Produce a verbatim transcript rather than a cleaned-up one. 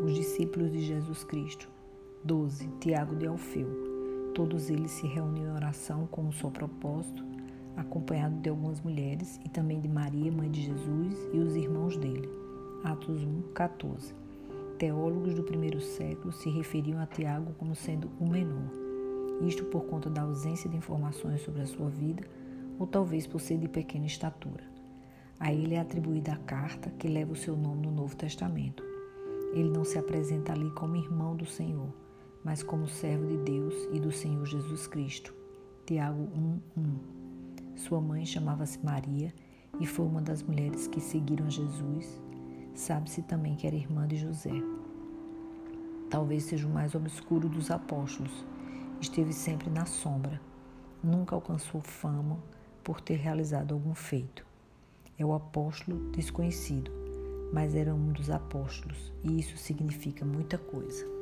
os discípulos de Jesus Cristo. doze. Tiago de Alfeu. Todos eles se reúnem em oração com um só propósito, acompanhado de algumas mulheres e também de Maria, mãe de Jesus, e os irmãos dele. Atos um, quatorze. Teólogos do primeiro século se referiam a Tiago como sendo o menor, isto por conta da ausência de informações sobre a sua vida ou talvez por ser de pequena estatura. A ele é atribuída a carta que leva o seu nome no Novo Testamento. Ele não se apresenta ali como irmão do Senhor, mas como servo de Deus e do Senhor Jesus Cristo. Tiago um, um. Sua mãe chamava-se Maria e foi uma das mulheres que seguiram Jesus. Sabe-se também que era irmã de José. Talvez seja o mais obscuro dos apóstolos. Esteve sempre na sombra. Nunca alcançou fama por ter realizado algum feito. É o apóstolo desconhecido, mas era um dos apóstolos, e isso significa muita coisa.